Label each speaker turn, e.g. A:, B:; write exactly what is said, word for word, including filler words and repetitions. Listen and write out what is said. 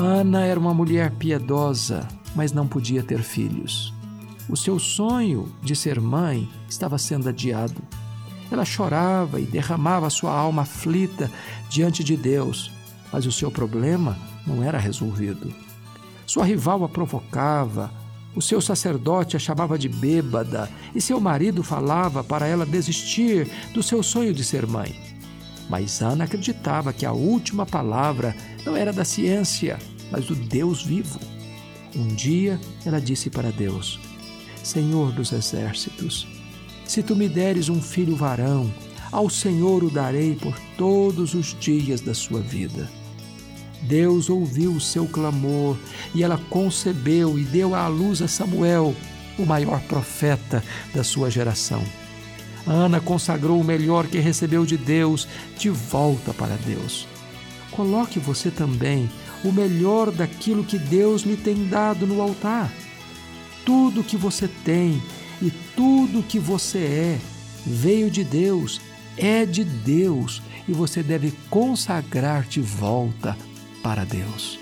A: Ana era uma mulher piedosa, mas não podia ter filhos. O seu sonho de ser mãe estava sendo adiado. Ela chorava e derramava sua alma aflita diante de Deus, mas o seu problema não era resolvido. Sua rival a provocava, o seu sacerdote a chamava de bêbada e seu marido falava para ela desistir do seu sonho de ser mãe. Mas Ana acreditava que a última palavra não era da ciência, mas do Deus vivo. Um dia ela disse para Deus: Senhor dos exércitos, se tu me deres um filho varão, ao Senhor o darei por todos os dias da sua vida. Deus ouviu o seu clamor e ela concebeu e deu à luz a Samuel, o maior profeta da sua geração. Ana consagrou o melhor que recebeu de Deus de volta para Deus. Coloque você também o melhor daquilo que Deus lhe tem dado no altar. Tudo que você tem e tudo que você é veio de Deus, é de Deus, e você deve consagrar de volta para Deus.